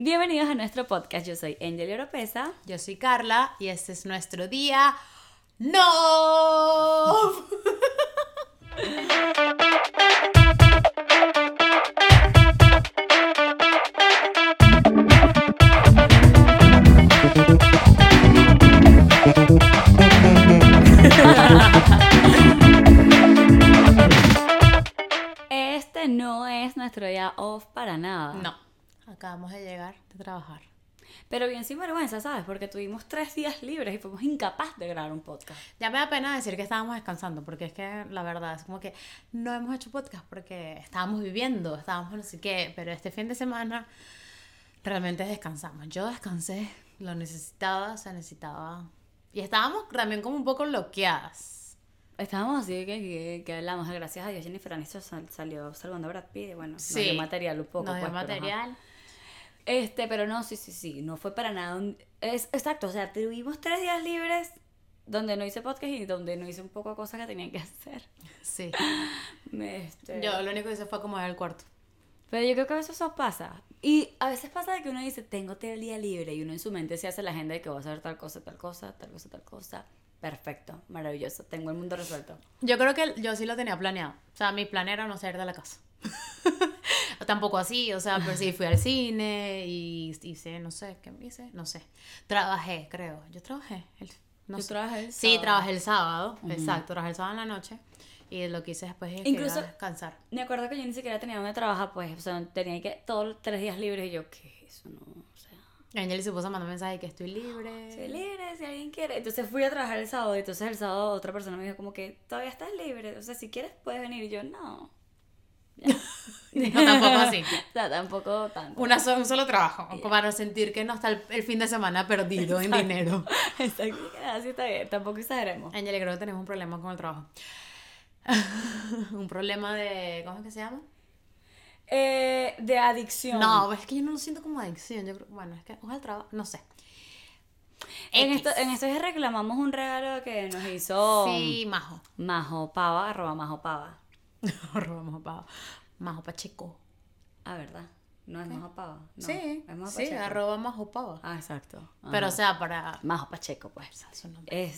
Bienvenidos a nuestro podcast. Yo soy Angel Oropesa. Yo soy Carla y este es nuestro día. ¡No! Este no es nuestro día off para nada. No, acabamos de llegar de trabajar. Pero bien sin vergüenza, ¿sabes? Porque tuvimos 3 días libres y fuimos incapaces de grabar un podcast. Ya me da pena decir que estábamos descansando, porque es que la verdad es como que no hemos hecho podcast porque estábamos viviendo, estábamos no sé qué, pero este fin de semana realmente descansamos. Yo descansé, lo necesitaba, se necesitaba. Y estábamos también como un poco bloqueadas. Estábamos así que hablamos. Gracias a Dios Jennifer Aniston salió salvando a Brad Pitt y bueno, Sí, nos dio material un poco. nos dio pues, pero, material. pero no, sí, no fue para nada exacto, o sea, tuvimos 3 días libres donde no hice podcast y donde no hice un poco de cosas que tenía que hacer. Sí. Este, Yo lo único que hice fue acomodar el cuarto. Pero yo creo que a veces eso pasa. Y a veces pasa de que uno dice, tengo todo el día libre, y uno en su mente se hace la agenda de que voy a hacer tal cosa, tal cosa, tal cosa, tal cosa. Perfecto, maravilloso, tengo el mundo resuelto. Yo creo que yo sí lo tenía planeado. O sea, mi plan era no salir de la casa. Tampoco así, o sea, pero sí fui al cine y hice, no sé, ¿qué hice? No sé. Trabajé, creo. Yo trabajé. Trabajé el Sí, sábado. trabajé el sábado, exacto. Trabajé el sábado en la noche y lo que hice después es que Incluso- iba a descansar. Me acuerdo que yo ni siquiera tenía donde trabajar, pues, o sea, tenía que todos los 3 días libres y yo, ¿qué es eso? No, o sea, Angel se puso a mandar mensaje que estoy libre. soy libre si alguien quiere. Entonces fui a trabajar el sábado y entonces el sábado otra persona me dijo como que, todavía estás libre, o sea, si quieres puedes venir. Y yo, no. No, tampoco así. O sea, tampoco tanto. Un solo trabajo, como para sentir que no está el fin de semana perdido en dinero. Exacto, así está bien, tampoco exageremos. Angel, creo que tenemos un problema con el trabajo. Un problema de... ¿Cómo es que se llama? De adicción. No, es que yo no lo siento como adicción. Yo creo, bueno, es que ojalá el trabajo, no sé. En X. estos días reclamamos un regalo que nos hizo Sí, Majo. Majo Pava, @ Majo Pava. Robamos Majo. Majo Pacheco. Ah, ¿verdad? No es Majo Pava. No, Sí, es Majo sí, Pacheco. @Majo Pava. Ah, exacto. Ajá. Pero o sea, para... Majo Pacheco, pues. Su nombre.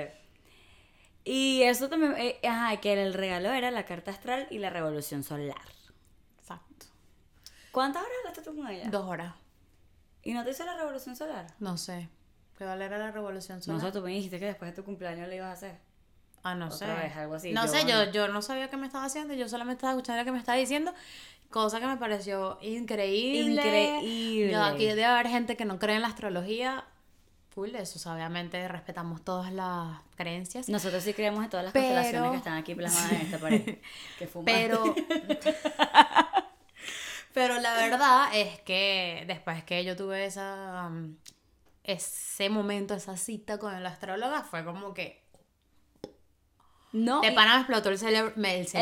Y eso también, que el regalo era la carta astral y la revolución solar. Exacto. ¿Cuántas horas hablaste tú con ella? 2 horas. ¿Y no te hizo la revolución solar? No sé. ¿Qué vale era la revolución No solar? sé, tú me dijiste que después de tu cumpleaños le ibas a hacer. Ah, no Otra sé. vez, algo así. No Yo- sé, yo no sabía qué me estaba haciendo. Yo solamente estaba escuchando lo que me estaba diciendo. Cosa que me pareció increíble. Increíble. Aquí debe haber gente que no cree en la astrología. Full, eso, o sea, obviamente respetamos todas las creencias. Nosotros sí creemos en todas las Pero- constelaciones que están aquí plasmadas en esta pared. Que fuman. Pero la verdad es que después que yo tuve ese momento, esa cita con el astróloga, fue como que No, de y- pana me explotó el cerebro,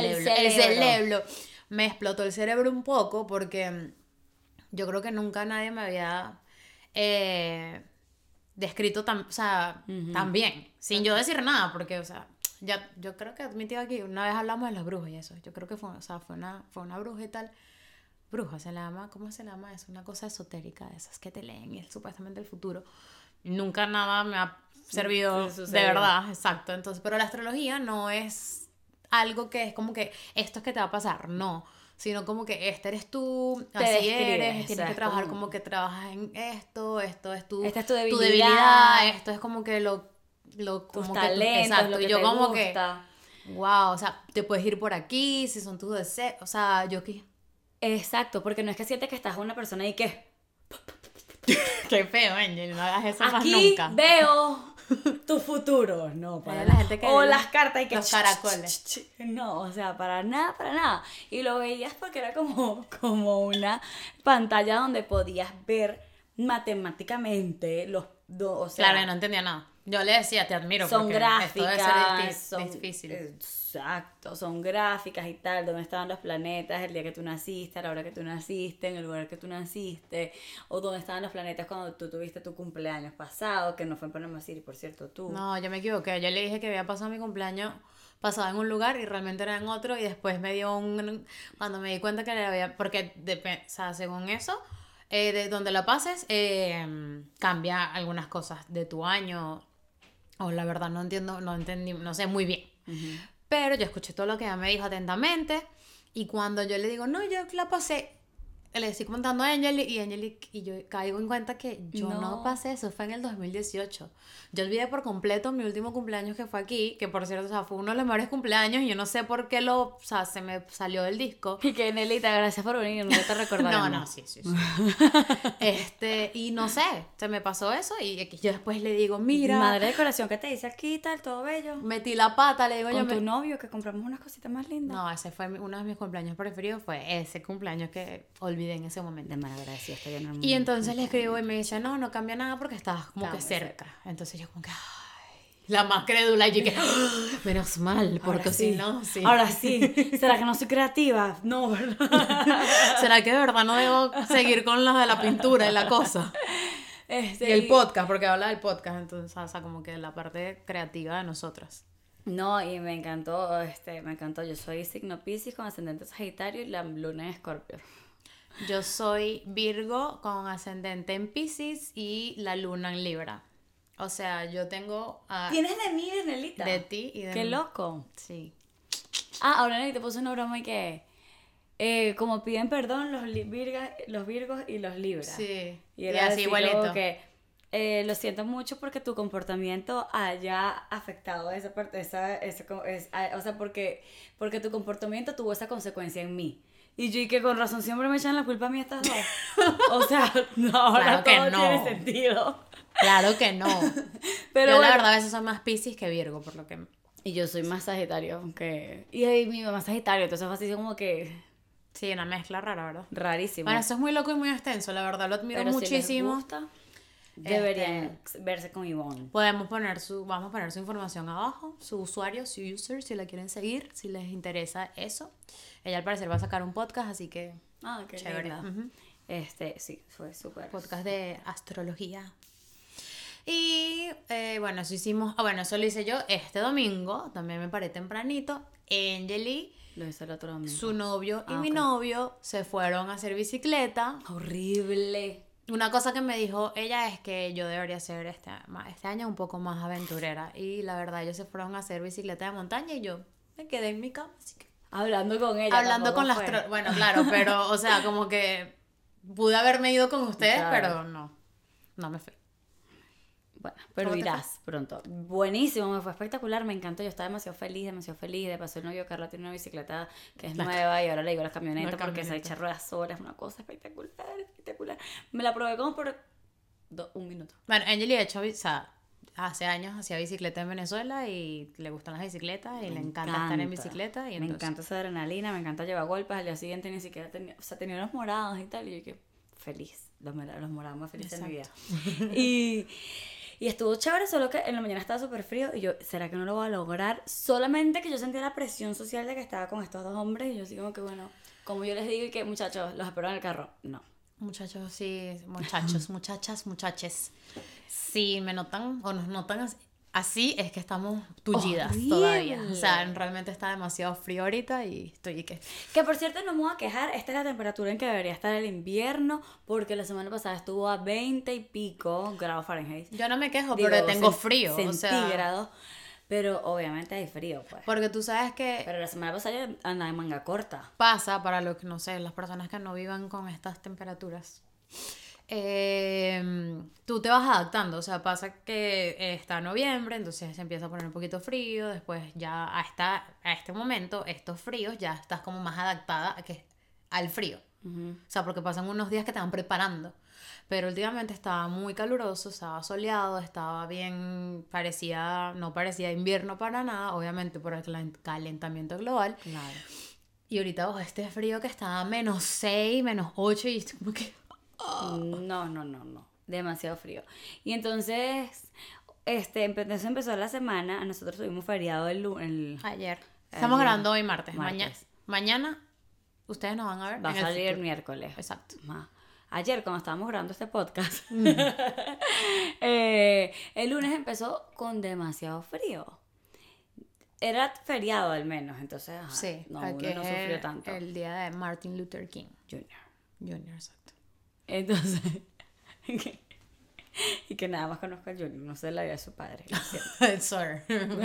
me explotó el cerebro un poco porque yo creo que nunca nadie me había descrito tan bien, sin yo decir nada, porque, o sea, ya, yo creo que he admitido aquí, una vez hablamos de las brujas y eso, yo creo que fue una bruja y tal. Bruja se llama, ¿cómo se llama? Es una cosa esotérica de esas que te leen y es supuestamente el futuro. Nunca nada me ha servido Sí, de sucedió. verdad, exacto. Entonces, pero la astrología no es algo que es como que esto es que te va a pasar, no. Sino como que este eres tú, Te así describe, eres, o sea, tienes que es trabajar como- como que trabajas en esto es tu, Esta es tu tu debilidad. esto es como que lo tus como talentos, exacto. lo que Y yo te como gusta. que, wow, o sea, te puedes ir por aquí, si son tus deseos, o sea, yo que... Exacto, porque no es que sientes que estás una persona y que Qué feo, Angel, no hagas eso más aquí nunca. veo tu futuro. No, para Hay nada. la gente que o ve las cartas y que los caracoles. No, o sea, para nada, para nada. Y lo veías porque era como una pantalla donde podías ver matemáticamente o sea, Claro, yo no entendía nada. Yo le decía, te admiro son porque esto debe gráficas, ser son difícil. exacto, son gráficas y tal, dónde estaban los planetas el día que tú naciste, a la hora que tú naciste, en el lugar que tú naciste, o dónde estaban los planetas cuando tú tuviste tu cumpleaños pasado, que no fue en Panama City, por cierto, tú. No, yo me equivoqué. Yo le dije que había pasado mi cumpleaños pasado en un lugar y realmente era en otro y después me dio cuando me di cuenta que le había... Porque, o sea, según eso, de donde la pases, cambia algunas cosas de tu año. O la verdad no entendí, no sé muy bien. Pero yo escuché todo lo que ella me dijo atentamente. Y cuando yo le digo, no, yo la pasé, le estoy comentando a Angelique y yo caigo en cuenta que yo no pasé, eso fue en el 2018. Yo olvidé por completo mi último cumpleaños que fue aquí, que por cierto, o sea, fue uno de los mejores cumpleaños y yo no sé por qué o sea, se me salió del disco. Y que Nelita, gracias por venir, nunca te recordaremos. No, sí. Y no sé, se me pasó eso y yo después le digo, mira. Madre de corazón, ¿qué te dice aquí, tal, todo bello? Metí la pata, le digo yo. Con tu novio, que compramos unas cositas más lindas. No, ese fue uno de mis cumpleaños preferidos, fue ese cumpleaños que olvidé en ese momento. De malagradecida, estoy en el Y entonces le escribo y me dice, no cambia nada porque estabas como Estaba que muy cerca. Entonces yo como que, ay, la más crédula y que, menos mal, porque Ahora si sí. no, sí. Ahora sí, ¿será que no soy creativa? No, ¿verdad? ¿Será que de verdad no debo seguir con las de la pintura y la cosa? Y el podcast, porque habla del podcast, entonces, o sea, como que la parte creativa de nosotras. No, y me encantó. Yo soy signo Piscis con ascendente Sagitario y la luna en Escorpio. Yo soy Virgo con ascendente en Piscis y la luna en Libra. O sea, yo tengo ¿Tienes de mí, Nelita? de ti y de ¡Qué mí. loco! Sí. Ahora Nelly te puse una broma y que como piden perdón los Virgos y los Libras. Sí. Y era así así igualito. como que lo siento mucho porque tu comportamiento haya afectado esa parte, o sea, porque tu comportamiento tuvo esa consecuencia en mí. Y yo, y que con razón siempre me echan la culpa a mí estas dos. O sea, no, ahora Claro que todo no. tiene sentido. Claro que no. Pero yo bueno, la verdad a veces soy más Piscis que Virgo, por lo que... y yo soy más Sagitario, aunque... Y ahí mi mamá es Sagitario, entonces fue así como que Sí, una mezcla rara, ¿verdad? rarísimo. Bueno, eso es muy loco y muy extenso, la verdad lo admiro Pero muchísimo. si les gusta, deberían verse con Ivonne. Vamos a poner su información abajo, su usuario, su user, si la quieren seguir, si les interesa eso. Ella al parecer va a sacar un podcast, así que Ah, qué chévere. linda. Ujú. Sí, fue súper. Podcast de astrología. Y bueno, eso hicimos, eso lo hice yo este domingo, también me paré tempranito. Angeli, Lo hice el otro domingo. su novio y mi ok. novio se fueron a hacer bicicleta. Horrible. Una cosa que me dijo ella es que yo debería ser este año un poco más aventurera. Y la verdad, ellos se fueron a hacer bicicleta de montaña y yo me quedé en mi cama. Así que... Hablando con ella. Hablando con las... Bueno, claro, pero, o sea, como que pude haberme ido con ustedes, Claro. pero no me fui. Bueno, pero ¿Cómo te irás pronto. Buenísimo, me fue espectacular, me encantó. Yo estaba demasiado feliz. De paso, el novio Carla tiene una bicicleta que es nueva y ahora le digo las camionetas porque se echa ruedas solas. Es una cosa espectacular. Me la probé como por un minuto. Bueno, Angeli de hecho, o sea, hace años hacía bicicleta en Venezuela y le gustan las bicicletas y le encanta estar en bicicleta. Y Me entonces... encanta esa adrenalina, me encanta llevar golpes. Al día siguiente ni siquiera tenía, o sea, tenía unos morados y tal. Y yo que feliz, los morados más felices de mi vida. Y estuvo chévere, solo que en la mañana estaba súper frío. Y yo, ¿será que no lo voy a lograr? Solamente que yo sentía la presión social de que estaba con estos dos hombres. Y yo así como que, bueno, como yo les digo, y que muchachos, los espero en el carro. No. Muchachos, sí, muchachos, muchachas, muchaches. Si me notan o nos notan así, es que estamos tullidas Horrible. todavía. O sea, realmente está demasiado frío ahorita y estoy que... Que por cierto, no me voy a quejar. Esta es la temperatura en que debería estar el invierno. Porque la semana pasada estuvo a 20 y pico grados Fahrenheit. Yo no me quejo, Digo, pero tengo frío. O sea, centígrados. Pero obviamente hay frío, pues. porque tú sabes que Pero la semana pasada yo andaba en manga corta. pasa para los que, no sé, las personas que no vivan con estas temperaturas. Tú te vas adaptando, o sea, pasa que está noviembre, entonces se empieza a poner un poquito frío, después ya a este momento, estos fríos, ya estás como más adaptada al frío. O sea, porque pasan unos días que te van preparando. Pero últimamente estaba muy caluroso, estaba soleado, estaba bien, no parecía invierno para nada, obviamente por el calentamiento global. Claro. Y ahorita bajo este frío que estaba a -6, -8 y estoy como que... No. Demasiado frío. Y entonces, empezó la semana. Nosotros tuvimos feriado Ayer. Estamos ayer, grabando hoy martes. martes. Mañana ustedes nos van a ver. Va a en el salir el futuro. miércoles. Exacto. Ayer, cuando estábamos grabando este podcast, el lunes empezó con demasiado frío. Era feriado al menos, entonces Sí, uno aquí no sufrió es tanto. el día de Martin Luther King Junior. Jr., exacto. Entonces, y que nada más conozco a Junior, no sé la vida de su padre, lo siento. Sorry.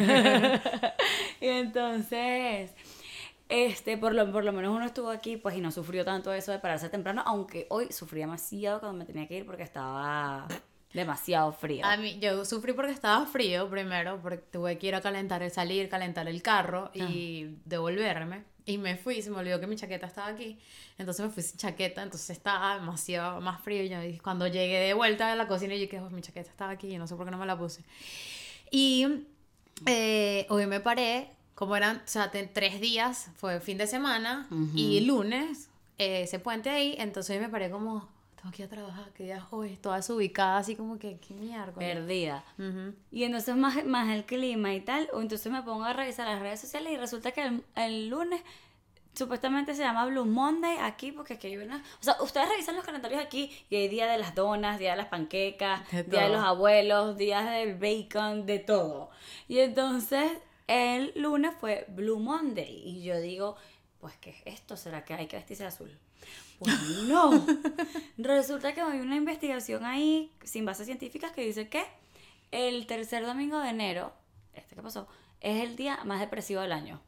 Y entonces, por lo menos uno estuvo aquí, pues, y no sufrió tanto eso de pararse temprano, aunque hoy sufrí demasiado cuando me tenía que ir porque estaba demasiado frío. A mí, yo sufrí porque estaba frío primero, porque tuve que ir a calentar el carro y devolverme. Y me fui, se me olvidó que mi chaqueta estaba aquí. Entonces me fui sin chaqueta, entonces estaba demasiado más frío. Y yo dije, cuando llegué de vuelta a la cocina, yo dije, mi chaqueta estaba aquí, y no sé por qué no me la puse. Y hoy me paré, como eran, o sea, 3 días, fue fin de semana, y lunes, ese puente ahí, entonces me paré como, tengo que ir a trabajar, que día es hoy, toda desubicada, así como que, qué mierda. Perdida. Y entonces más el clima y tal, o entonces me pongo a revisar las redes sociales y resulta que el lunes supuestamente se llama Blue Monday aquí porque aquí hay una... O sea, ustedes revisan los calendarios aquí y hay día de las donas, día de las panquecas, día de los abuelos, días del bacon, de todo. Y entonces el lunes fue Blue Monday y yo digo, pues ¿qué es esto? ¿Será que hay que vestirse de azul? Pues no. Resulta que hay una investigación ahí sin bases científicas que dice que el tercer domingo de enero, que pasó, es el día más depresivo del año.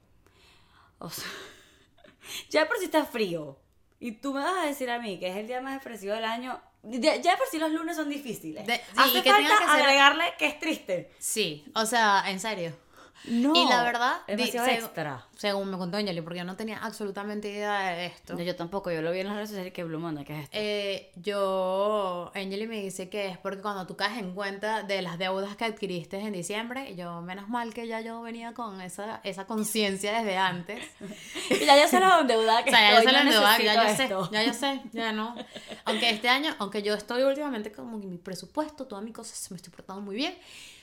O sea, ya de por sí está frío y tú me vas a decir a mí que es el día más depresivo del año. Ya de por sí los lunes son difíciles. Sí, Hace que falta tenga que ser... agregarle que es triste. Sí, o sea, en serio. No, Y la verdad, demasiado extra. Según me contó Angeli, porque yo no tenía absolutamente idea de esto. No, yo tampoco, yo lo vi en las redes sociales que Blue Monday, ¿qué es esto? Angeli me dice que es porque cuando tú caes en cuenta de las deudas que adquiriste en diciembre, yo, menos mal que ya yo venía con esa conciencia desde antes. Y ya yo sé lo endeudada que o sea, estoy, ya yo sé no lo endeudada, necesito ya yo sé, ya no. Aunque este año, aunque yo estoy últimamente como en mi presupuesto, todas mis cosas me estoy portando muy bien,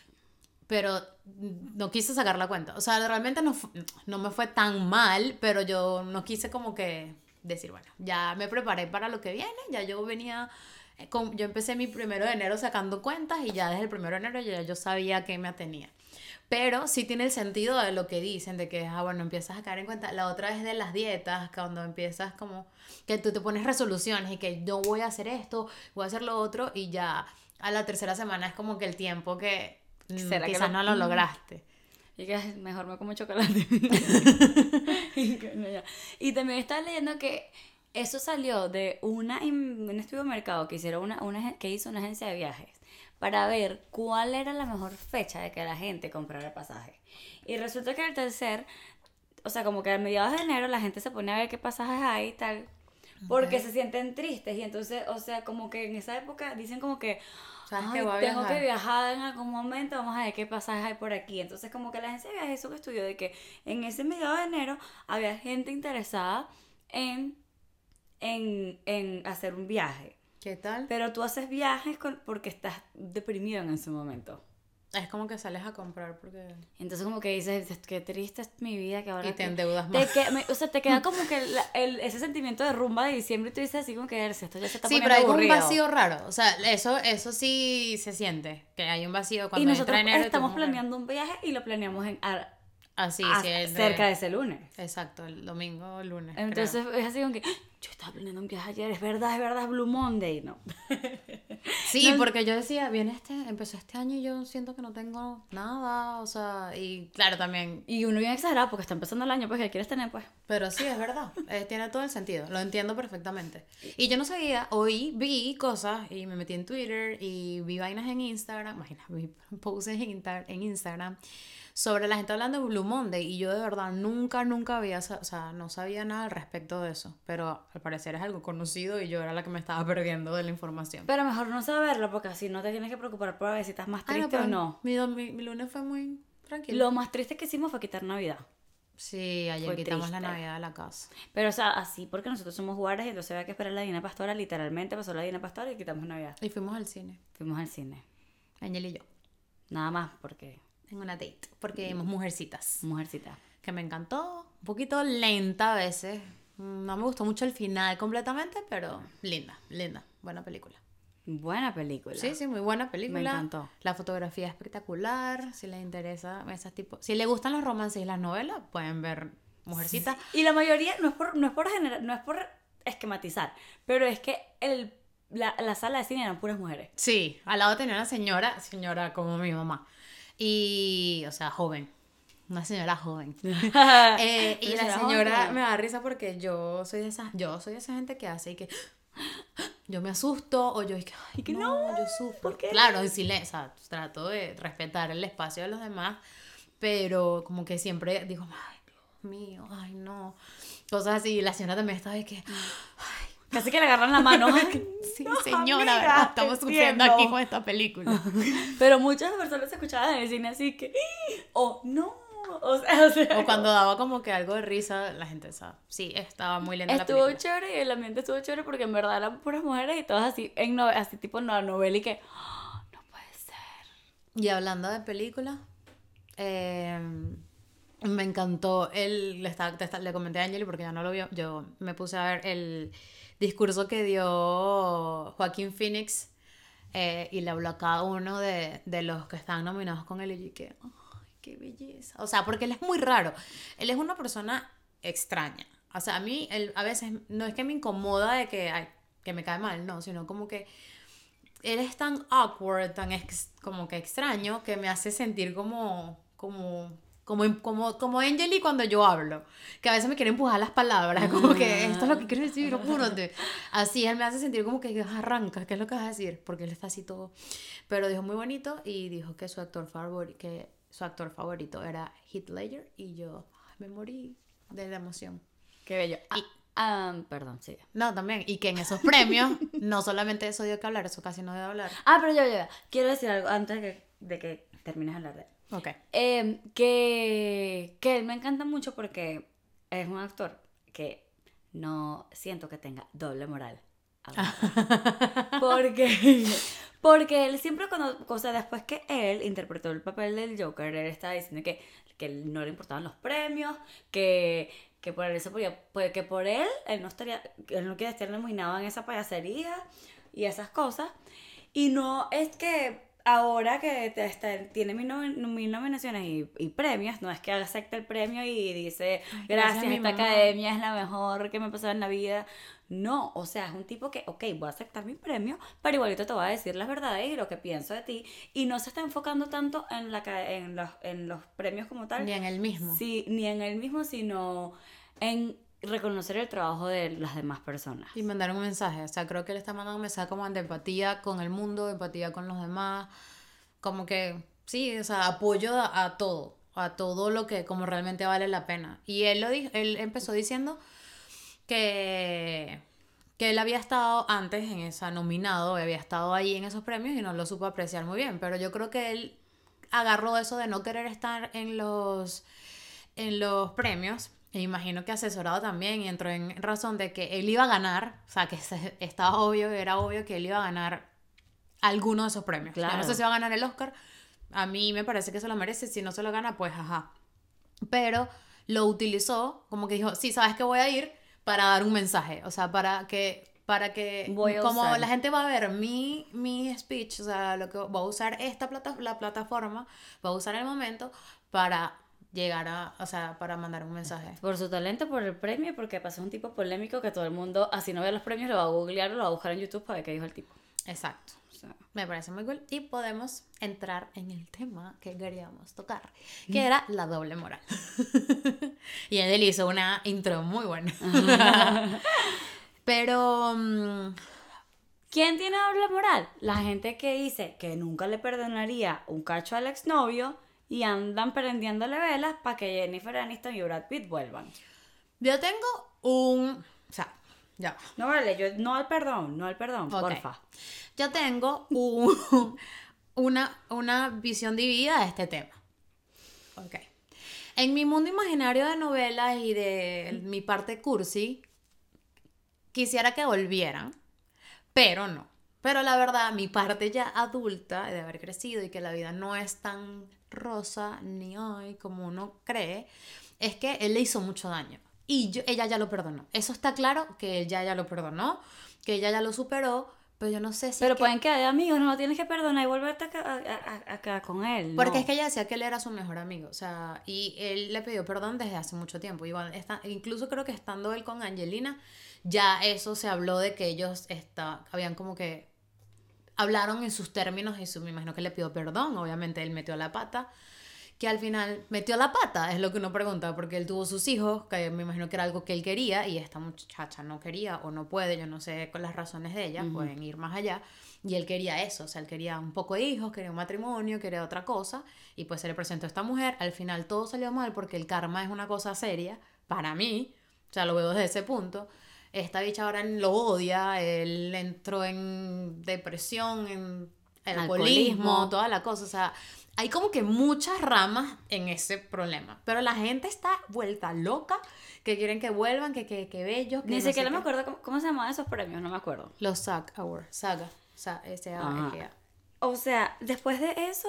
pero no quise sacar la cuenta. O sea, realmente no me fue tan mal, pero yo no quise como que decir, bueno, ya me preparé para lo que viene, ya yo venía, yo empecé mi 1 de enero sacando cuentas y ya desde el 1 de enero ya yo sabía que me atenía. Pero sí tiene el sentido de lo que dicen, de que, bueno, empiezas a caer en cuenta. La otra es de las dietas, cuando empiezas como que tú te pones resoluciones y que yo voy a hacer esto, voy a hacer lo otro, y ya a la tercera semana es como que el tiempo que ¿Será quizás que no lo lograste. Y que mejor me como chocolate. Y también estaba leyendo que eso salió de un estudio de mercado que hicieron que hizo una agencia de viajes para ver cuál era la mejor fecha de que la gente comprara el pasaje. Y resulta que o sea, como que a mediados de enero la gente se pone a ver qué pasajes hay y tal, porque se sienten tristes. Y entonces, o sea, como que en esa época dicen como que ¿Sabes ay, que voy a tengo viajar? que viajar en algún momento, vamos a ver qué pasajes hay por aquí. Entonces como que la agencia de viajes hizo un estudio de que en ese mediado de enero había gente interesada en hacer un viaje. ¿Qué tal? Pero tú haces viajes porque estás deprimido en ese momento. Es como que sales a comprar porque... Entonces como que dices, qué triste es mi vida que ahora... Y te endeudas más. O sea, te queda como que ese sentimiento de rumba de diciembre y tú dices así como que esto ya se está Sí, poniendo pero hay un aburrido. vacío raro. O sea, eso sí se siente. Que hay un vacío cuando Y nosotros entra enero. estamos planeando un viaje y lo planeamos Así, sí, cerca de ese lunes. Exacto, el domingo, el lunes. Entonces es así como que yo estaba planeando un viaje ayer, es verdad, Blue Monday, ¿no? Sí, No, porque yo decía, empezó este año y yo siento que no tengo nada, o sea, y claro, también. Y uno bien exagerado porque está empezando el año, pues que quieres tener, pues. Pero sí, es verdad, tiene todo el sentido, lo entiendo perfectamente. Y yo no sabía, hoy vi cosas y me metí en Twitter y vi vainas en Instagram, vi posts en Instagram sobre la gente hablando de Blue Monday, y yo de verdad nunca había, o sea, no sabía nada al respecto de eso, pero al parecer es algo conocido y yo era la que me estaba perdiendo de la información. Pero mejor no saberlo porque así no te tienes que preocupar por ver si estás más triste o no. Mi lunes fue muy tranquilo. Lo más triste que hicimos fue quitar Navidad. Sí, ayer Fue quitamos triste. la Navidad de la casa. Pero o sea, así porque nosotros somos guardas y entonces había que esperar la Dina Pastora, literalmente pasó la Dina Pastora y quitamos Navidad. Y fuimos al cine, Fuimos al cine. Ángel y yo, Nada más porque en una date, porque vimos Mujercitas, mujercita. que me encantó, un poquito lenta a veces, no me gustó mucho el final completamente, pero linda, buena película. Buena película. Sí, muy buena película. Me encantó. La fotografía espectacular, si les interesa si les gustan los romances y las novelas, pueden ver Mujercitas. Y la mayoría no es por esquematizar, pero es que la sala de cine eran puras mujeres. Sí, al lado tenía una señora como mi mamá. Y, o sea, joven. Una señora joven. Y la señora me da risa porque yo soy de esa gente que hace y que yo me asusto o yo ay, que no, yo sufro. ¿por qué? Claro, en silencio, o sea, trato de respetar el espacio de los demás, pero como que siempre digo, ay, Dios mío, ay, no. Cosas así, y la señora también estaba de que, ay, casi que le agarran la mano. sí, No, señora, amiga, ¿verdad? Estamos sufriendo entiendo. aquí con esta película. Pero muchas personas escuchaban en el cine así que, o no, o sea, O cuando daba como que algo de risa, la gente sabe. Sí, estaba muy lenta la estuvo película. chévere y el ambiente estuvo chévere porque en verdad eran puras mujeres y todas así, así tipo en la novela y que, "Ah, no puede ser". Y hablando de películas, me encantó le comenté a Angeli porque ya no lo vio. Yo me puse a ver el discurso que dio Joaquín Phoenix y le habló a cada uno de los que están nominados con él y que, ay, qué belleza. O sea, porque él es muy raro. Él es una persona extraña. O sea, a mí él, a veces no es que me incomoda de que, ay, que me cae mal, no, sino como que él es tan awkward, como que extraño, que me hace sentir como Angeli cuando yo hablo, que a veces me quiere empujar las palabras, como que esto es lo que quiero decir, apúrate. Así él me hace sentir como que arranca, ¿qué es lo que vas a decir? Porque él está así todo. Pero dijo muy bonito y dijo que su actor favorito era Heath Ledger y yo me morí de la emoción. Qué bello. Perdón, sí. No, también. Y que en esos premios, no solamente eso dio que hablar, eso casi no dio que hablar. Pero ya. Quiero decir algo antes de que termines de hablar de él. Ok. Que él me encanta mucho porque es un actor que no siento que tenga doble moral. Porque él siempre o sea, después que él interpretó el papel del Joker, él estaba diciendo que no le importaban los premios, que por eso que por él no quiere estar nominado en esa payasería y esas cosas. Y no es que ahora que tiene mil nominaciones y premios, no es que acepte el premio y dice, gracias, esta academia es la mejor que me ha pasado en la vida. No, o sea, es un tipo que, ok, voy a aceptar mi premio, pero igualito te voy a decir las verdades y lo que pienso de ti. Y no se está enfocando tanto en los premios como tal. Ni en el mismo. Sí, ni en el mismo, sino en reconocer el trabajo de las demás personas. Y mandar un mensaje. O sea, creo que él está mandando un mensaje como de empatía con el mundo, empatía con los demás. Como que, sí, o sea, apoyo a todo lo que como realmente vale la pena. Y él empezó diciendo que él había estado antes en esa nominado, había estado ahí en esos premios y no lo supo apreciar muy bien. Pero yo creo que él agarró eso de no querer estar en los premios. E imagino que asesorado también y entró en razón de que él iba a ganar, o sea, que era obvio que él iba a ganar alguno de esos premios. Claro. Yo no sé si va a ganar el Oscar, a mí me parece que se lo merece, si no se lo gana, pues ajá. Pero lo utilizó, como que dijo, sí, sabes que voy a ir para dar un mensaje, o sea, para que como la gente va a ver mi speech, o sea, lo que voy a usar la plataforma, voy a usar el momento para llegar para mandar un mensaje. Por su talento, por el premio, porque pasó un tipo polémico que todo el mundo, así no ve los premios, lo va a googlear o lo va a buscar en YouTube para ver qué dijo el tipo. Exacto. O sea, me parece muy cool. Y podemos entrar en el tema que queríamos tocar, que era la doble moral. Y él hizo una intro muy buena. Pero ¿quién tiene doble moral? La gente que dice que nunca le perdonaría un cacho al exnovio y andan prendiéndole velas para que Jennifer Aniston y Brad Pitt vuelvan. Yo tengo o sea, ya. No vale, no al perdón, okay. Porfa. Yo tengo una visión dividida de este tema. Ok. En mi mundo imaginario de novelas y de mi parte cursi, quisiera que volvieran, pero no. Pero la verdad, mi parte ya adulta, de haber crecido y que la vida no es tan rosa ni ay como uno cree, es que él le hizo mucho daño. Y ella ya lo perdonó. Eso está claro, que él ya lo perdonó, que ella ya lo superó, pero yo no sé si... Pero pueden quedar de amigos, no lo tienes que perdonar y volverte acá con él. Porque es que ella decía que él era su mejor amigo, o sea, y él le pidió perdón desde hace mucho tiempo. Igual incluso creo que estando él con Angelina, ya eso se habló de que ellos habían como que hablaron en sus términos y me imagino que le pidió perdón, obviamente él metió la pata, que al final metió la pata, es lo que uno pregunta, porque él tuvo sus hijos, que me imagino que era algo que él quería y esta muchacha no quería o no puede, yo no sé con las razones de ella, pueden ir más allá, y él quería eso, o sea, él quería un poco de hijos, quería un matrimonio, quería otra cosa, y pues se le presentó a esta mujer, al final todo salió mal porque el karma es una cosa seria, para mí, o sea, lo veo desde ese punto. Esta bicha ahora lo odia, él entró en depresión, en alcoholismo, toda la cosa, o sea, hay como que muchas ramas en ese problema, pero la gente está vuelta loca, que quieren que vuelvan, que bellos, que Ni no siquiera sé me qué. acuerdo cómo se llamaban esos premios, no me acuerdo. Los SAG Awards, Saga, S-A-G-A. O sea, después de eso,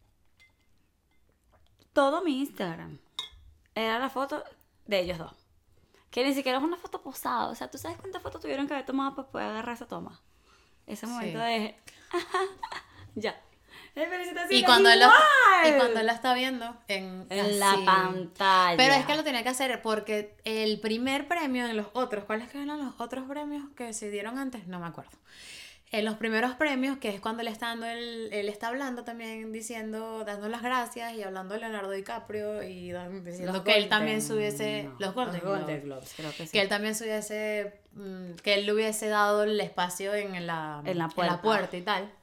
todo mi Instagram era la foto de ellos dos. Que ni siquiera es una foto posada. O sea, ¿tú sabes cuántas fotos tuvieron que haber tomado para poder agarrar esa toma? Ese momento de... ya. Felicitaciones. Y cuando, igual. y cuando él la está viendo en la así. pantalla. Pero es que lo tenía que hacer porque el primer premio en los otros, ¿cuáles que eran los otros premios que se dieron antes? No me acuerdo. En los primeros premios, que es cuando él está dando él está hablando también, dando las gracias y hablando de Leonardo DiCaprio y diciendo Los que él Golden, también subiese no, los Golden Globes, creo que sí. que él también subiese, que él le hubiese dado el espacio en la puerta y tal.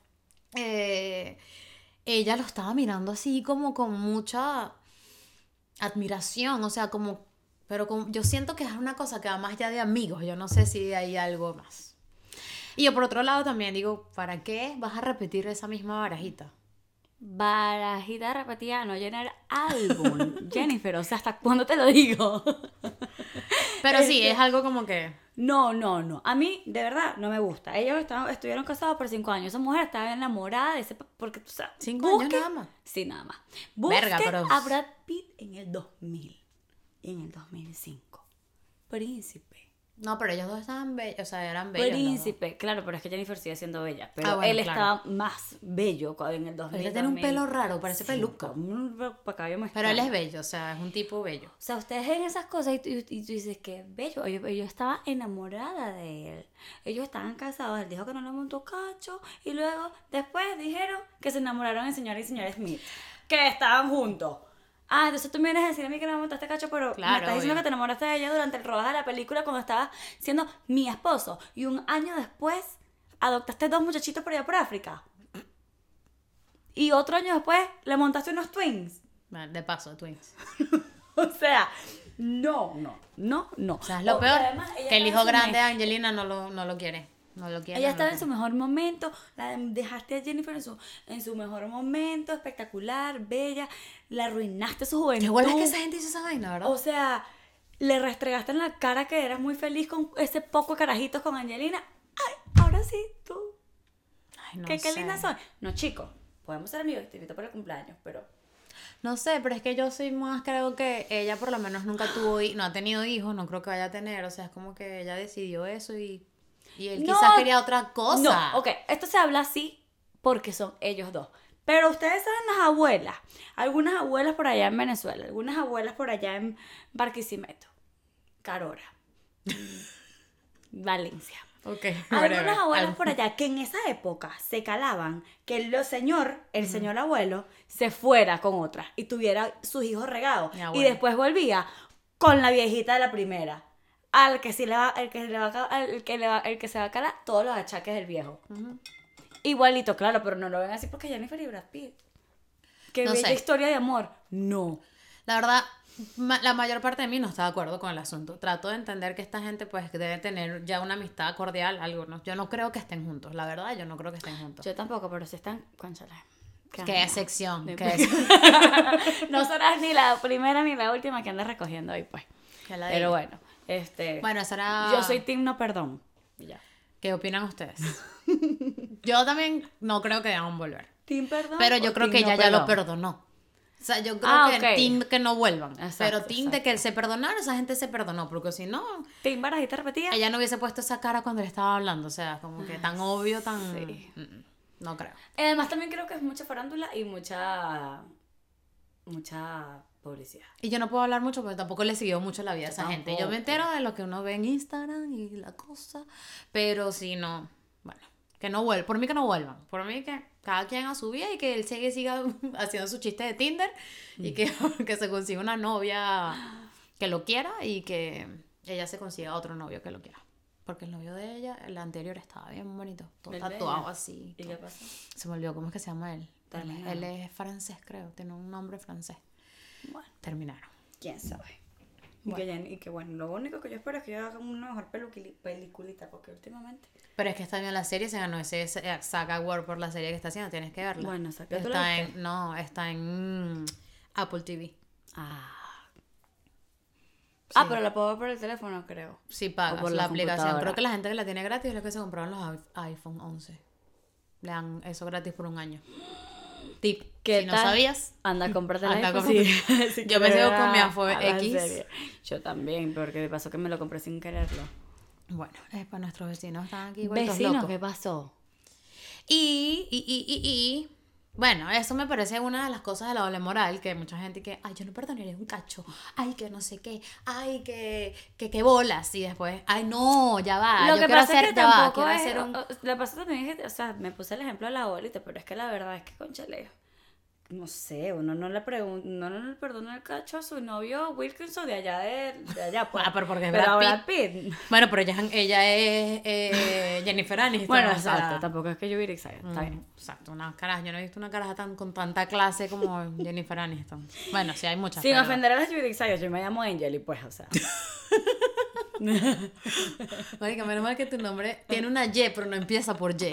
Ella lo estaba mirando así como con mucha admiración, o sea, yo siento que es una cosa que va más allá de amigos, yo no sé si hay algo más. Y yo por otro lado también digo, ¿para qué vas a repetir esa misma barajita? Barajita repetida, no llenar álbum. Jennifer, o sea, ¿hasta cuándo te lo digo? Pero sí, es algo como que... No. A mí, de verdad, no me gusta. Ellos estuvieron casados por 5 años. Esa mujer estaba enamorada de ese... Porque, o sea, 5 años nada más. Sí, nada más. Busque Verga, pero... a Brad Pitt en el 2000. Y en el 2005. Príncipe. No, pero ellos dos estaban bellos, o sea, eran bellos. Príncipe, claro, pero es que Jennifer sigue siendo bella. Pero bueno, él estaba más bello en el 2000. Él tiene un pelo raro, parece peluca. Pero él es bello, o sea, es un tipo bello. O sea, ustedes ven esas cosas y tú dices que bello. Yo estaba enamorada de él. Ellos estaban casados, él dijo que no le montó cacho. Y luego, después dijeron que se enamoraron el señor y señora Smith. Que estaban juntos. Ah, entonces tú me vienes a decir a mí que no me montaste cacho, pero claro, me estás diciendo que te enamoraste de ella durante el rodaje de la película cuando estabas siendo mi esposo. Y un año después adoptaste 2 muchachitos por allá por África. Y otro año después le montaste unos twins. De paso, twins. O sea, no. O sea, es lo peor, además, que el hijo grande de Angelina no lo quiere. No lo quiere. Ella estaba en su mejor momento. Dejaste a Jennifer en su mejor momento, espectacular, bella. La arruinaste su juventud. Igual es que esa gente hizo esa vaina, ¿verdad? O sea, le restregaste en la cara que eras muy feliz con ese poco de carajitos con Angelina. Ay, ahora sí, tú. Ay, no qué sé. linda soy. No, chicos, podemos ser amigos, te invito para el cumpleaños, pero... No sé, pero es que yo soy más, creo que ella por lo menos nunca no ha tenido hijos, no creo que vaya a tener. O sea, es como que ella decidió eso y él quizás quería otra cosa. No, ok, esto se habla así porque son ellos dos. Pero ustedes saben las abuelas, algunas abuelas por allá en Venezuela, algunas abuelas por allá en Barquisimeto, Carora, Valencia. Okay, algunas abuelas por allá que en esa época se calaban que el señor abuelo se fuera con otra y tuviera sus hijos regados y después volvía con la viejita de la primera. Al que se va a calar todos los achaques del viejo. Igualito, claro, pero no lo ven así porque Jennifer y Brad Pitt. Qué no bella sé. historia de amor. No. La verdad, la mayor parte de mí no está de acuerdo con el asunto. Trato de entender que esta gente pues debe tener ya una amistad cordial, algo, ¿no? Yo no creo que estén juntos, la verdad, yo no creo que estén juntos. Yo tampoco, pero si están, cónchale. Qué sección. No serás ni la primera ni la última que andas recogiendo hoy, pues. Pero bueno. Bueno, será... Yo soy team no perdón. Ya. ¿Qué opinan ustedes? Yo también no creo que deban volver. Team perdón. Pero yo creo que ella ya lo perdonó. O sea, yo creo que team que no vuelvan. Exacto, pero team de que él se perdonara, esa gente se perdonó. Porque si no... Team barajita repetida. Ella no hubiese puesto esa cara cuando le estaba hablando. O sea, como que tan obvio, tan... Sí. No creo. Además también creo que es mucha farándula y mucha publicidad. Y yo no puedo hablar mucho porque tampoco le siguió mucho la vida a esa gente. Yo tampoco. me entero de lo que uno ve en Instagram y la cosa. Pero si no, bueno, que no vuelvan. Por mí que no vuelvan. Por mí que cada quien a su vida y que él siga haciendo su chiste de Tinder y que se consiga una novia que lo quiera y que ella se consiga otro novio que lo quiera. Porque el novio de ella, el anterior, estaba bien bonito. Todo ¿El tatuado bello? así. ¿Y todo. qué pasó? Se me olvidó cómo es que se llama él. Terminaron. Él es francés, creo. Tiene un nombre francés. Bueno, Terminaron. quién sabe. Bueno. Y que bueno, lo único que yo espero es que hagan una mejor peliculita, porque últimamente... Pero es que está bien la serie, se ganó ese SAG Award por la serie que está haciendo, tienes que verla. Bueno, ¿tú la viste? Está en Apple TV. Ah, pero la puedo ver por el teléfono, creo. Sí, pagas O por la la aplicación. computadora. Creo que la gente que la tiene gratis es los que se compraron los iPhone 11. Le dan eso gratis por un año. Tip, ¿Qué si no tal? sabías. Anda, cómprate el Anda, iPhone. cómprate. Sí, Yo me sigo con mi iPhone X. X. Yo también, porque de paso que me lo compré sin quererlo. Bueno, es para nuestros vecinos, están aquí vueltos Vecinos, locos. ¿qué pasó? Y bueno, eso me parece una de las cosas de la doble moral, que mucha gente que, ay, yo no perdonaría un cacho, ay, que no sé qué, ay, que bolas, y después, ay, no, ya va, Lo yo que quiero pasa hacer, es que ya va, tampoco quiero es... hacer un... Lo que pasa también es que, o sea, me puse el ejemplo de la abuelita, pero es que la verdad es que, conchale, no sé, uno no le perdona el cacho a su novio Wilkinson de allá, pues. Ah, pero porque es Pero Brad a Brad Pitt. Bueno, pero ella es Jennifer Aniston. Bueno, o sea, exacto, tampoco es que yo hubiera exagerado, está bien. Exacto, una caraja, yo no he visto una caraja con tanta clase como Jennifer Aniston. Bueno, sí hay muchas, Sin pero... ofender a las Judy Sayers, yo me llamo Angel y pues, o sea. Marica, menos mal que tu nombre tiene una Y, pero no empieza por Y.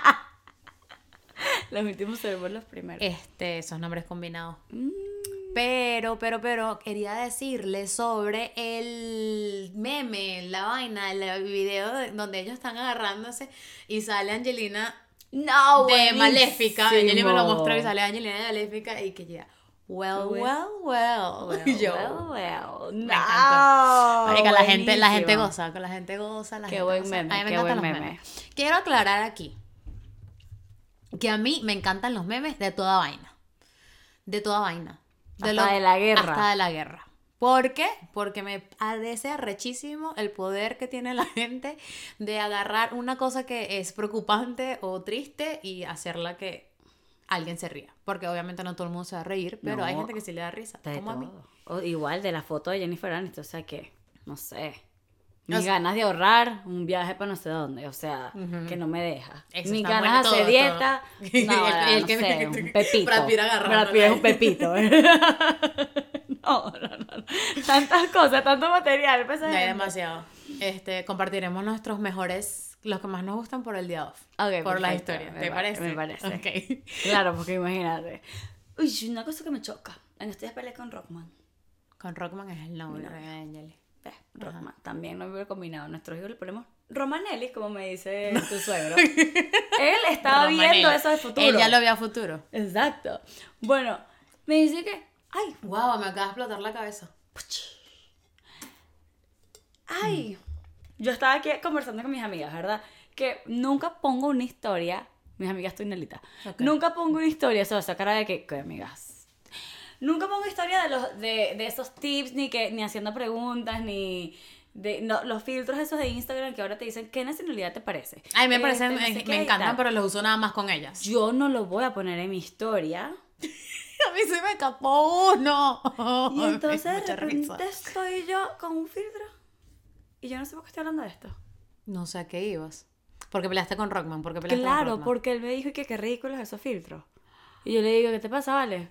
Los últimos seremos los primeros. Esos nombres combinados. Pero, quería decirle sobre el meme, la vaina, el video donde ellos están agarrándose y sale Angelina No, de buenísimo. Maléfica. Angelina me lo mostró y sale Angelina de Maléfica y que llega, well. Y yo, well. me No, encantó. Marica, la gente buenísimo. goza, con la gente goza, la Qué gente buen goza. meme, A mí me qué encantan buen los meme. memes. Quiero aclarar aquí que a mí me encantan los memes de toda vaina. De toda vaina. Hasta de la guerra. Hasta de la guerra. ¿Por qué? Porque me parece arrechísimo el poder que tiene la gente de agarrar una cosa que es preocupante o triste y hacerla que alguien se ría. Porque obviamente no todo el mundo se va a reír, pero No, hay gente que sí le da risa. De Como a mí. todo. O igual de la foto de Jennifer Aniston, o sea que, no sé. Mis O sea- ganas de ahorrar un viaje para no sé dónde, o sea, que no me deja. Eso Mis está ganas de bueno, hacer todo, dieta, todo. no, El no que sé, un pepito. Brad Pitt agarrándole. Brad Pitt es un pepito. No. Tantas cosas, tanto material. Pues, No hay demasiado. Compartiremos nuestros mejores, los que más nos gustan por el día off. Ok, por las perfecto, historias. me ¿Te pa- parece? me parece. Ok. Claro, porque imagínate. Uy, una cosa que me choca. En estos días peleé con Rockman. Con Rockman es el novio de Angeli. Rockman. También no hubiera combinado. Nuestros hijos le ponemos Romanelli, como me dice tu suegro. Él estaba viendo eso de futuro. Él ya lo vio a futuro. Exacto. Bueno, me dice que, ay, Wow, me acaba de explotar la cabeza. ay. Yo estaba aquí conversando con mis amigas, ¿verdad? Que nunca pongo una historia. Mis amigas Tuinelita. Ok. Nunca pongo una historia, eso, esa cara de que amigas. Nunca pongo historia de esos tips, ni haciendo preguntas, ni los filtros esos de Instagram que ahora te dicen qué nacionalidad te parece. Ay, me parecen, no sé qué me y encantan, tal. pero los uso nada más con ellas. Yo no lo voy a poner en mi historia. A mí se me escapó uno. Y entonces de Mucha repente risa. estoy yo con un filtro. Y yo no sé por qué estoy hablando de esto. No sé a qué ibas. Porque peleaste con Rockman. Porque peleaste con Claro, Rockman. porque él me dijo que qué ridículos esos filtros. Y yo le digo, ¿qué te pasa, Vale?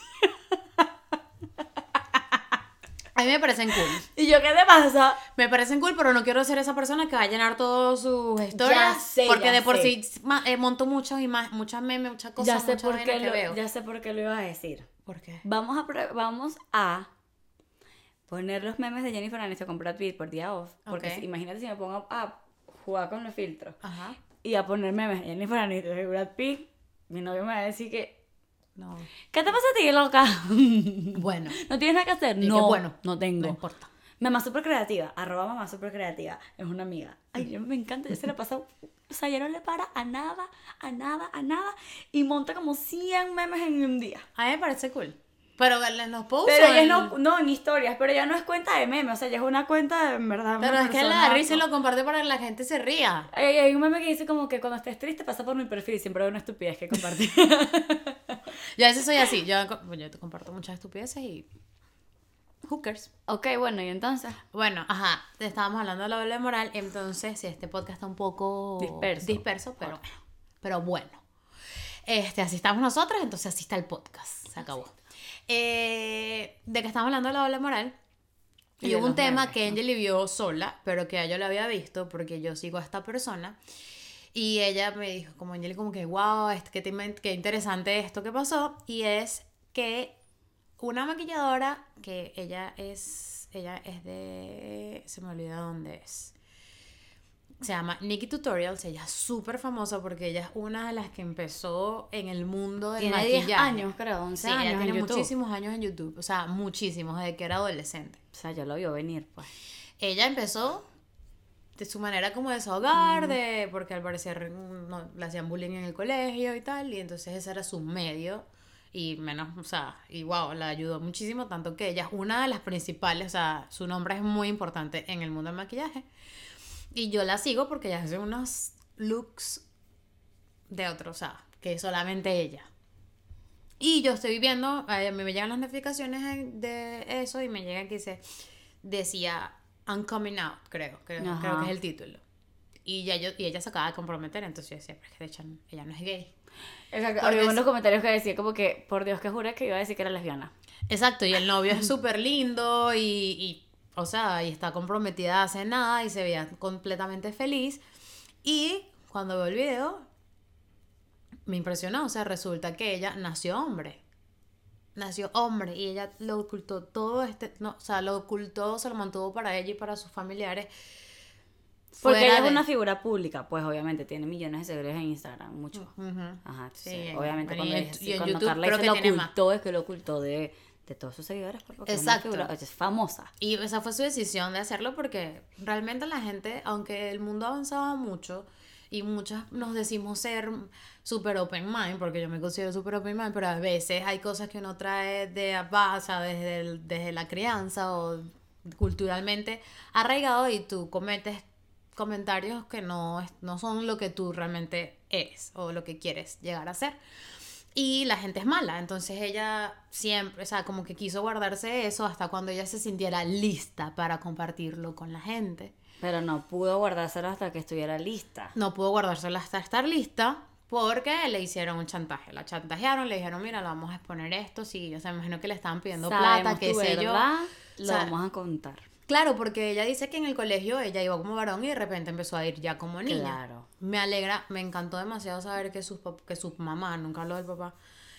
A mí me parecen cool. Y yo, ¿qué te pasa? Me parecen cool, pero no quiero ser esa persona que va a llenar todas sus historias. Ya sé, porque ya de por sé. sí monto muchas memes, muchas cosas, muchas vainas que veo. Ya sé por qué lo iba a decir. ¿Por qué? Vamos a poner los memes de Jennifer Aniston con Brad Pitt por día off. Porque Ok. imagínate si me pongo a jugar con los filtros. Ajá. Y a poner memes de Jennifer Aniston y Brad Pitt. Mi novio me va a decir que, No. ¿qué te pasa a ti, loca? Bueno. ¿No tienes nada que hacer? Y que No, bueno, no tengo. no importa. Mamá super creativa, @mamá super creativa, es una amiga. Ay, yo me encanta, yo se la pasa, o sea, ya no le para a nada, y monta como 100 memes en un día. A mí me parece cool. Pero en los posts. Pero ella no en historias, pero ya no es cuenta de meme, o sea, ya es una cuenta de en verdad. Pero una es que persona, Larry se lo comparte para que la gente se ría. Hay un meme que dice como que cuando estés triste pasa por mi perfil y siempre hay una estupidez que compartir. Yo a veces soy así, yo te comparto muchas estupideces y... Hookers. Ok, bueno, y entonces. Bueno, ajá, estábamos hablando de la doble moral, entonces sí, este podcast está un poco disperso, pero bueno. Así estamos nosotros, entonces así está el podcast, se acabó. De que estamos hablando de la doble moral, y hubo un tema memes, que Angel vio sola, pero que yo lo había visto porque yo sigo a esta persona. Y ella me dijo, como Angel, como que wow, qué interesante esto que pasó. Y es que una maquilladora que ella es de... Se me olvida dónde es. Se llama Nikki Tutorials. Ella es súper famosa porque ella es una de las que empezó en el mundo del maquillaje. Tiene 10 años, creo, 11 años ella tiene en YouTube. Muchísimos años en YouTube. O sea, muchísimos, desde que era adolescente. O sea, yo lo vio venir, pues. Ella empezó de su manera como de desahogar, porque al parecer no, le hacían bullying en el colegio y tal, y entonces ese era su medio. Y menos, o sea, y wow, la ayudó muchísimo, tanto que ella es una de las principales, o sea, su nombre es muy importante en el mundo del maquillaje. Y yo la sigo porque ella hace unos looks de otro, o sea, que solamente ella. Y yo estoy viendo, a mí me llegan las notificaciones de eso y me llega que decía I'm coming out, creo que es el título. Y ella se acaba de comprometer, entonces yo decía, pero es que de hecho ella no es gay. Exacto, había unos comentarios que decía como que, por Dios que juré que iba a decir que era lesbiana. Exacto, y el novio es súper lindo y o sea, y está comprometida hace nada y se veía completamente feliz. Y cuando veo el video, me impresionó, o sea, resulta que ella nació hombre y ella lo ocultó todo o sea, lo ocultó, se lo mantuvo para ella y para sus familiares. Porque ella es una figura pública, pues obviamente tiene millones de seguidores en Instagram, mucho. Ajá, sí, obviamente cuando Carla se lo ocultó, es que lo ocultó de todos sus seguidores, porque exacto. Es famosa. Y esa fue su decisión de hacerlo porque realmente la gente, aunque el mundo avanzaba mucho y muchas nos decimos ser super open mind, porque yo me considero super open mind, pero a veces hay cosas que uno trae de base, desde la crianza o culturalmente arraigado y tú cometes comentarios que no son lo que tú realmente eres o lo que quieres llegar a ser. Y la gente es mala, entonces ella siempre, o sea, como que quiso guardarse eso hasta cuando ella se sintiera lista para compartirlo con la gente. Pero no pudo guardárselo hasta que estuviera lista. No pudo guardárselo hasta estar lista porque le hicieron un chantaje. La chantajearon, le dijeron, mira, le vamos a exponer esto, sí, o sea, me imagino que le estaban pidiendo plata, qué sé yo. Lo vamos a contar. Claro, porque ella dice que en el colegio ella iba como varón y de repente empezó a ir ya como niña. Claro. Me alegra, me encantó demasiado saber que su mamá, nunca habló del papá,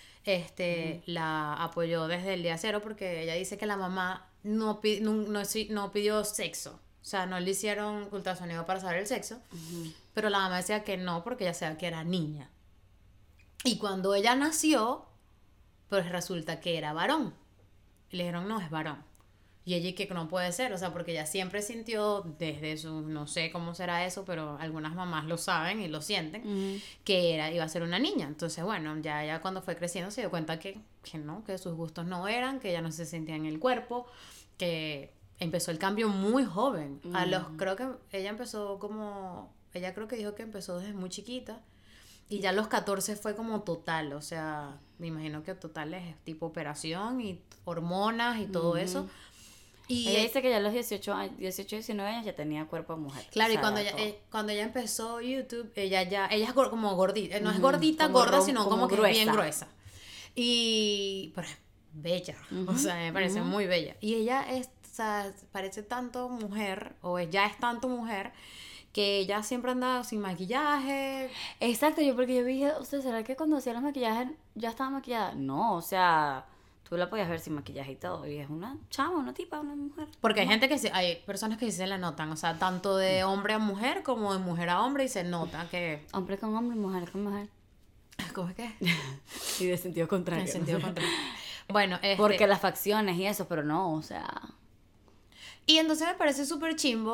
la apoyó desde el día cero porque ella dice que la mamá no pidió sexo. O sea, no le hicieron ultrasonido para saber el sexo, pero la mamá decía que no porque ella sabía que era niña. Y cuando ella nació, pues resulta que era varón. Y le dijeron, no, es varón. Y ella que no puede ser, o sea, porque ella siempre sintió desde su, no sé cómo será eso, pero algunas mamás lo saben y lo sienten, que iba a ser una niña. Entonces, bueno, ya cuando fue creciendo se dio cuenta que no, que sus gustos no eran, que ella no se sentía en el cuerpo, que empezó el cambio muy joven. Creo que ella creo que dijo que empezó desde muy chiquita. Y ya a los 14 fue como total, o sea, me imagino que total es tipo operación y hormonas y todo eso. Y ella dice que ya a los 18, 19 años ya tenía cuerpo de mujer. Claro, o sea, y cuando ella empezó YouTube, ella es como gordita, no es gordita, gorda, sino como que gruesa. Bien gruesa. Pero es bella, o sea, me parece muy bella. Y ella o sea, parece tanto mujer, o ya es tanto mujer, que ella siempre anda sin maquillaje. Exacto, porque yo dije, o sea, ¿será que cuando hacía los maquillajes ya estaba maquillada? No, o sea, tú la podías ver sin maquillaje y todo, y es una chama, una tipa, una mujer. Porque hay personas que sí se la notan, o sea, tanto de hombre a mujer como de mujer a hombre, y se nota que... Hombre con hombre, mujer con mujer. ¿Cómo es que? Y de sentido contrario. De sentido contrario. Bueno, porque las facciones y eso, pero no, o sea... Y entonces me parece súper chimbo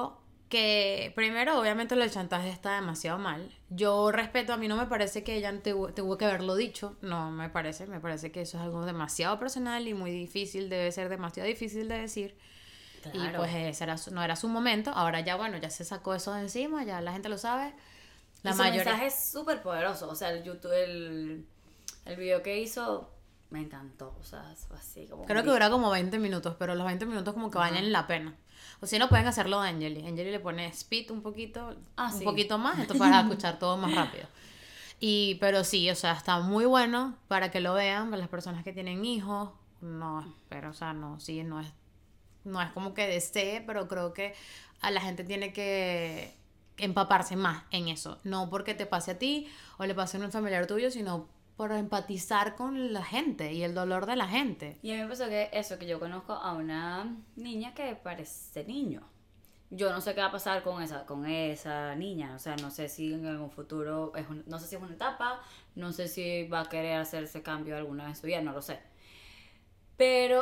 que primero, obviamente, el chantaje está demasiado mal. Yo respeto, a mí no me parece que ella tuvo que haberlo dicho, no me parece que eso es algo demasiado personal y muy difícil, debe ser demasiado difícil de decir. Claro. Y pues no era su momento, ahora ya bueno, ya se sacó eso de encima, ya la gente lo sabe. Y su mensaje es súper poderoso, o sea, el video que hizo me encantó, o sea, es así como... Creo que dura como 20 minutos, pero los 20 minutos como que valen la pena. O si no, pueden hacerlo de Angeli. Angeli le pone speed un poquito más, entonces para escuchar todo más rápido. Pero sí, o sea, está muy bueno para que lo vean, para las personas que tienen hijos. No, pero, o sea, no, sí, no es como que desee, pero creo que a la gente tiene que empaparse más en eso. No porque te pase a ti o le pase a un familiar tuyo, sino por empatizar con la gente y el dolor de la gente. Y a mí me pasó que yo conozco a una niña que parece niño. Yo no sé qué va a pasar con esa niña, o sea, no sé si en algún futuro, no sé si es una etapa, no sé si va a querer hacer ese cambio alguna vez en su vida, no lo sé. Pero,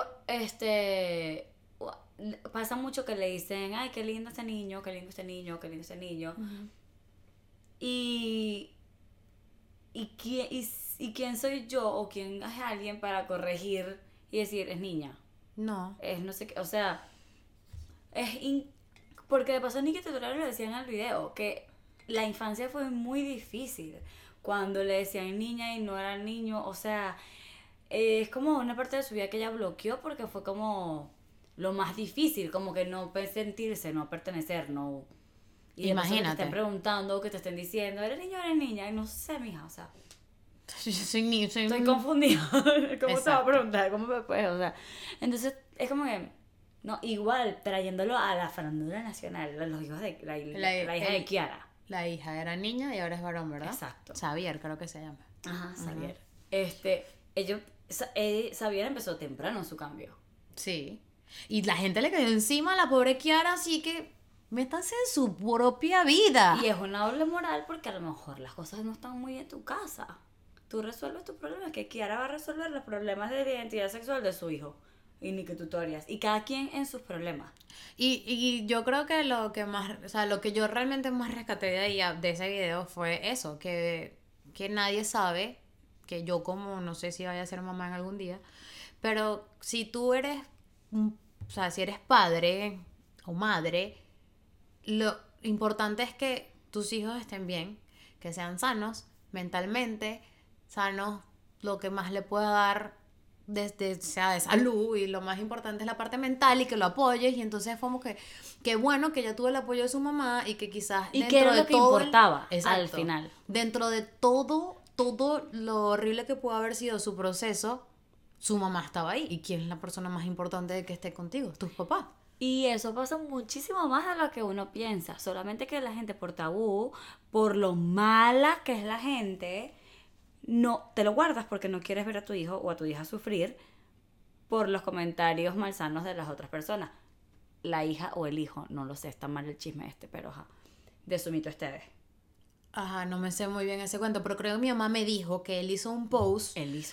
pasa mucho que le dicen, ay, qué lindo este niño, qué lindo este niño, qué lindo este niño. Uh-huh. ¿Y quién soy yo o quién es alguien para corregir y decir, es niña? No. Es no sé qué, o sea, porque de paso ni que tutorial lo decían en el video, que la infancia fue muy difícil cuando le decían niña y no era niño, o sea, es como una parte de su vida que ella bloqueó porque fue como lo más difícil, como que no sentirse, no pertenecer, no... Y imagínate. Que te estén preguntando, que te estén diciendo, ¿eres niño o eres niña? Y no sé, mija, o sea... Estoy confundida. ¿Cómo te va a preguntar? ¿Cómo me puedes? O sea, entonces es como que... No, igual, trayéndolo a la farándula nacional, a los hijos de la hija de Kiara. La hija era niña y ahora es varón, ¿verdad? Exacto. Xavier, creo que se llama. Ajá, Xavier. Xavier empezó temprano su cambio. Sí. Y la gente le cayó encima a la pobre Kiara, así que métanse en su propia vida. Y es una doble moral porque a lo mejor las cosas no están muy en tu casa. Tú resuelves tus problemas, que Kiara va a resolver los problemas de identidad sexual de su hijo. Y ni que tutorias. Y cada quien en sus problemas. Y yo creo que lo que yo realmente más rescaté de ese video fue eso, que nadie sabe, que yo como no sé si vaya a ser mamá en algún día, pero si tú eres, si eres padre o madre, lo importante es que tus hijos estén bien, que sean sanos, mentalmente, sanos, lo que más le pueda dar sea de salud, y lo más importante es la parte mental y que lo apoyes. Y entonces fue como que qué bueno que ella tuvo el apoyo de su mamá y que quizás y que era lo que importaba al final, dentro de todo lo horrible que pudo haber sido su proceso, su mamá estaba ahí. ¿Y quién es la persona más importante de que esté contigo? Tus papás. Y eso pasa muchísimo más de lo que uno piensa, solamente que la gente por tabú, por lo mala que es la gente, no te lo guardas porque no quieres ver a tu hijo o a tu hija sufrir por los comentarios malsanos de las otras personas. La hija o el hijo, no lo sé, está mal el chisme pero ajá, de Sumito Esteves. Ajá, no me sé muy bien ese cuento, pero creo que mi mamá me dijo que él hizo un post. Es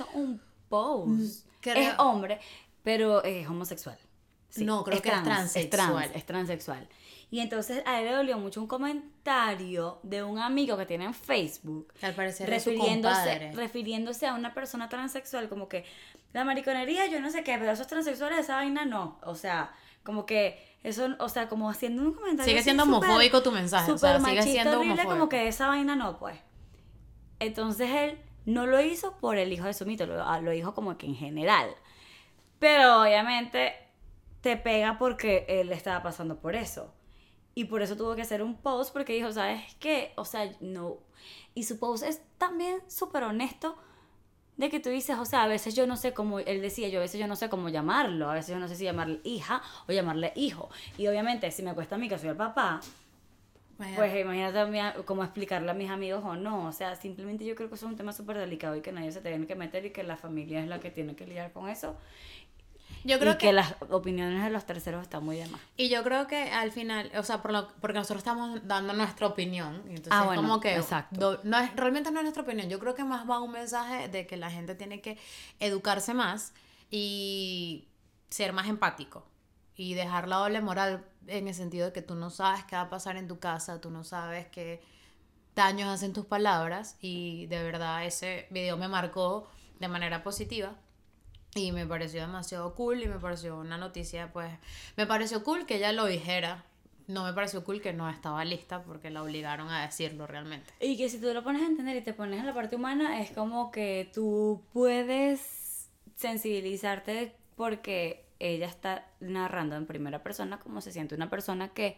hombre, pero es homosexual. Sí, no, creo que es transexual. Es transexual. Y entonces a él le dolió mucho un comentario de un amigo que tiene en Facebook. Al parecer refiriéndose a una persona transexual, como que la mariconería, yo no sé qué, pero esos transexuales, esa vaina no. O sea, como que eso, o sea, como haciendo un comentario. Sigue siendo homofóbico tu mensaje. O sea, sigue siendo horrible, como que esa vaina no, pues. Entonces él no lo hizo por el hijo de Sumito, lo dijo como que en general. Pero obviamente te pega porque él estaba pasando por eso. Y por eso tuvo que hacer un post, porque dijo, ¿sabes qué? O sea, no. Y su post es también súper honesto, de que tú dices, o sea, a veces yo no sé cómo, él decía, a veces yo no sé cómo llamarlo, a veces yo no sé si llamarle hija o llamarle hijo. Y obviamente, si me cuesta a mí que soy el papá, pues imagínate cómo explicarle a mis amigos o no. O sea, simplemente yo creo que eso es un tema súper delicado y que nadie se tiene que meter y que la familia es la que tiene que lidiar con eso. Yo creo que las opiniones de los terceros están muy de más. Y yo creo que al final, o sea, porque nosotros estamos dando nuestra opinión, entonces bueno, como que exacto. Realmente no es nuestra opinión. Yo creo que más va un mensaje de que la gente tiene que educarse más y ser más empático y dejar la doble moral en el sentido de que tú no sabes qué va a pasar en tu casa, tú no sabes qué daños hacen tus palabras, y de verdad ese video me marcó de manera positiva y me pareció demasiado cool, y me pareció una noticia, pues me pareció cool que ella lo dijera. No me pareció cool que no estaba lista porque la obligaron a decirlo realmente. Y que si tú lo pones a entender y te pones en la parte humana, es como que tú puedes sensibilizarte porque ella está narrando en primera persona cómo se siente una persona que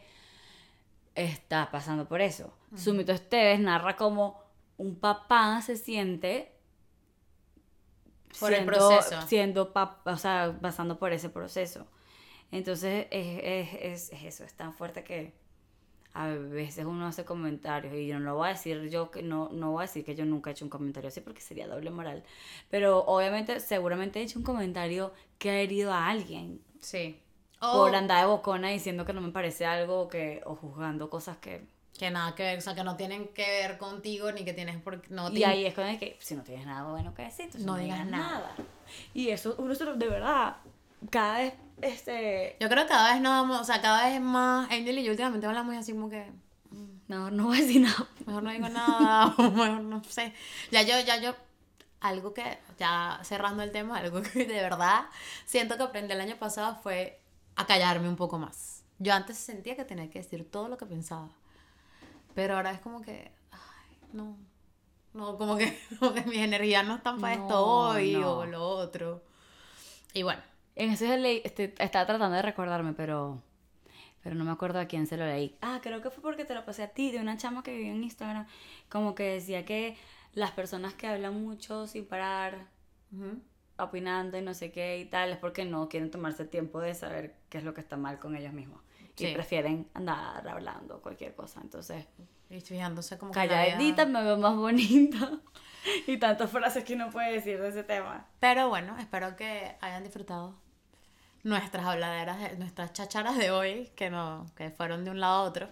está pasando por eso. Sumito Esteves narra cómo un papá se siente Por el proceso. o sea, pasando por ese proceso. Entonces es eso, es tan fuerte que a veces uno hace comentarios, y yo no lo voy a decir, yo que no voy a decir que yo nunca he hecho un comentario así porque sería doble moral, pero obviamente seguramente he hecho un comentario que ha herido a alguien. Sí. Por andar de bocona diciendo que no me parece algo, o juzgando cosas que nada que ver, o sea, que no tienen que ver contigo, ni que tienes por no y ahí es cuando es que si no tienes nada bueno que decir, entonces no digas nada. Y eso uno se lo, de verdad, cada vez yo creo que cada vez no vamos, o sea, cada vez más Angel y yo últimamente hablamos así como que no voy a decir nada, mejor no digo nada, o mejor no sé. Ya yo algo que, ya cerrando el tema, algo que de verdad siento que aprendí el año pasado fue a callarme un poco más. Yo antes sentía que tenía que decir todo lo que pensaba, pero ahora es como que, ay, no, como que mis energías no están para esto hoy o lo otro. Y bueno. En ese estaba tratando de recordarme, pero no me acuerdo a quién se lo leí. Creo que fue porque te lo pasé a ti, de una chama que vivió en Instagram, como que decía que las personas que hablan mucho sin parar, opinando y no sé qué y tal, es porque no quieren tomarse el tiempo de saber qué es lo que está mal con ellos mismos. Sí. Y prefieren andar hablando cualquier cosa, entonces y fijándose como calladita me veo más bonita. Y tantas frases que uno puede decir de ese tema. Pero bueno, espero que hayan disfrutado nuestras habladeras, nuestras chacharas de hoy, que fueron de un lado a otro.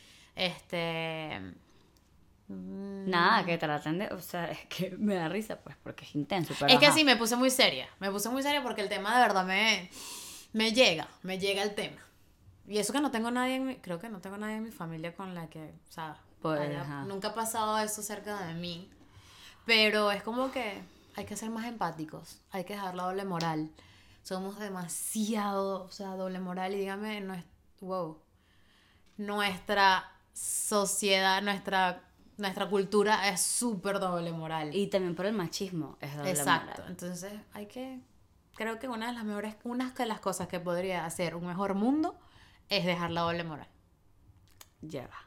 Nada, que traten de, o sea, es que me da risa, pues, porque es intenso. Pero es que sí, me puse muy seria porque el tema de verdad me llega el tema. Y eso que no tengo nadie creo que no tengo nadie en mi familia con la que, o sea, pues, nunca ha pasado eso cerca de mí. Pero es como que hay que ser más empáticos, hay que dejar la doble moral. Somos demasiado, o sea, doble moral, y dígame, nuestra sociedad, nuestra cultura es súper doble moral. Y también por el machismo es doble moral. Exacto, entonces creo que una de las cosas que podría hacer un mejor mundo es dejar la doble moral. Ya va.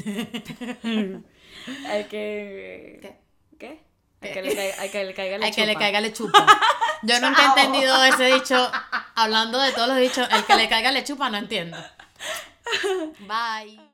Hay que... ¿Qué? Hay que le caiga la chupa. Hay que le caiga la chupa. Yo nunca he entendido ese dicho. Hablando de todos los dichos, el que le caiga la chupa no entiendo. Bye.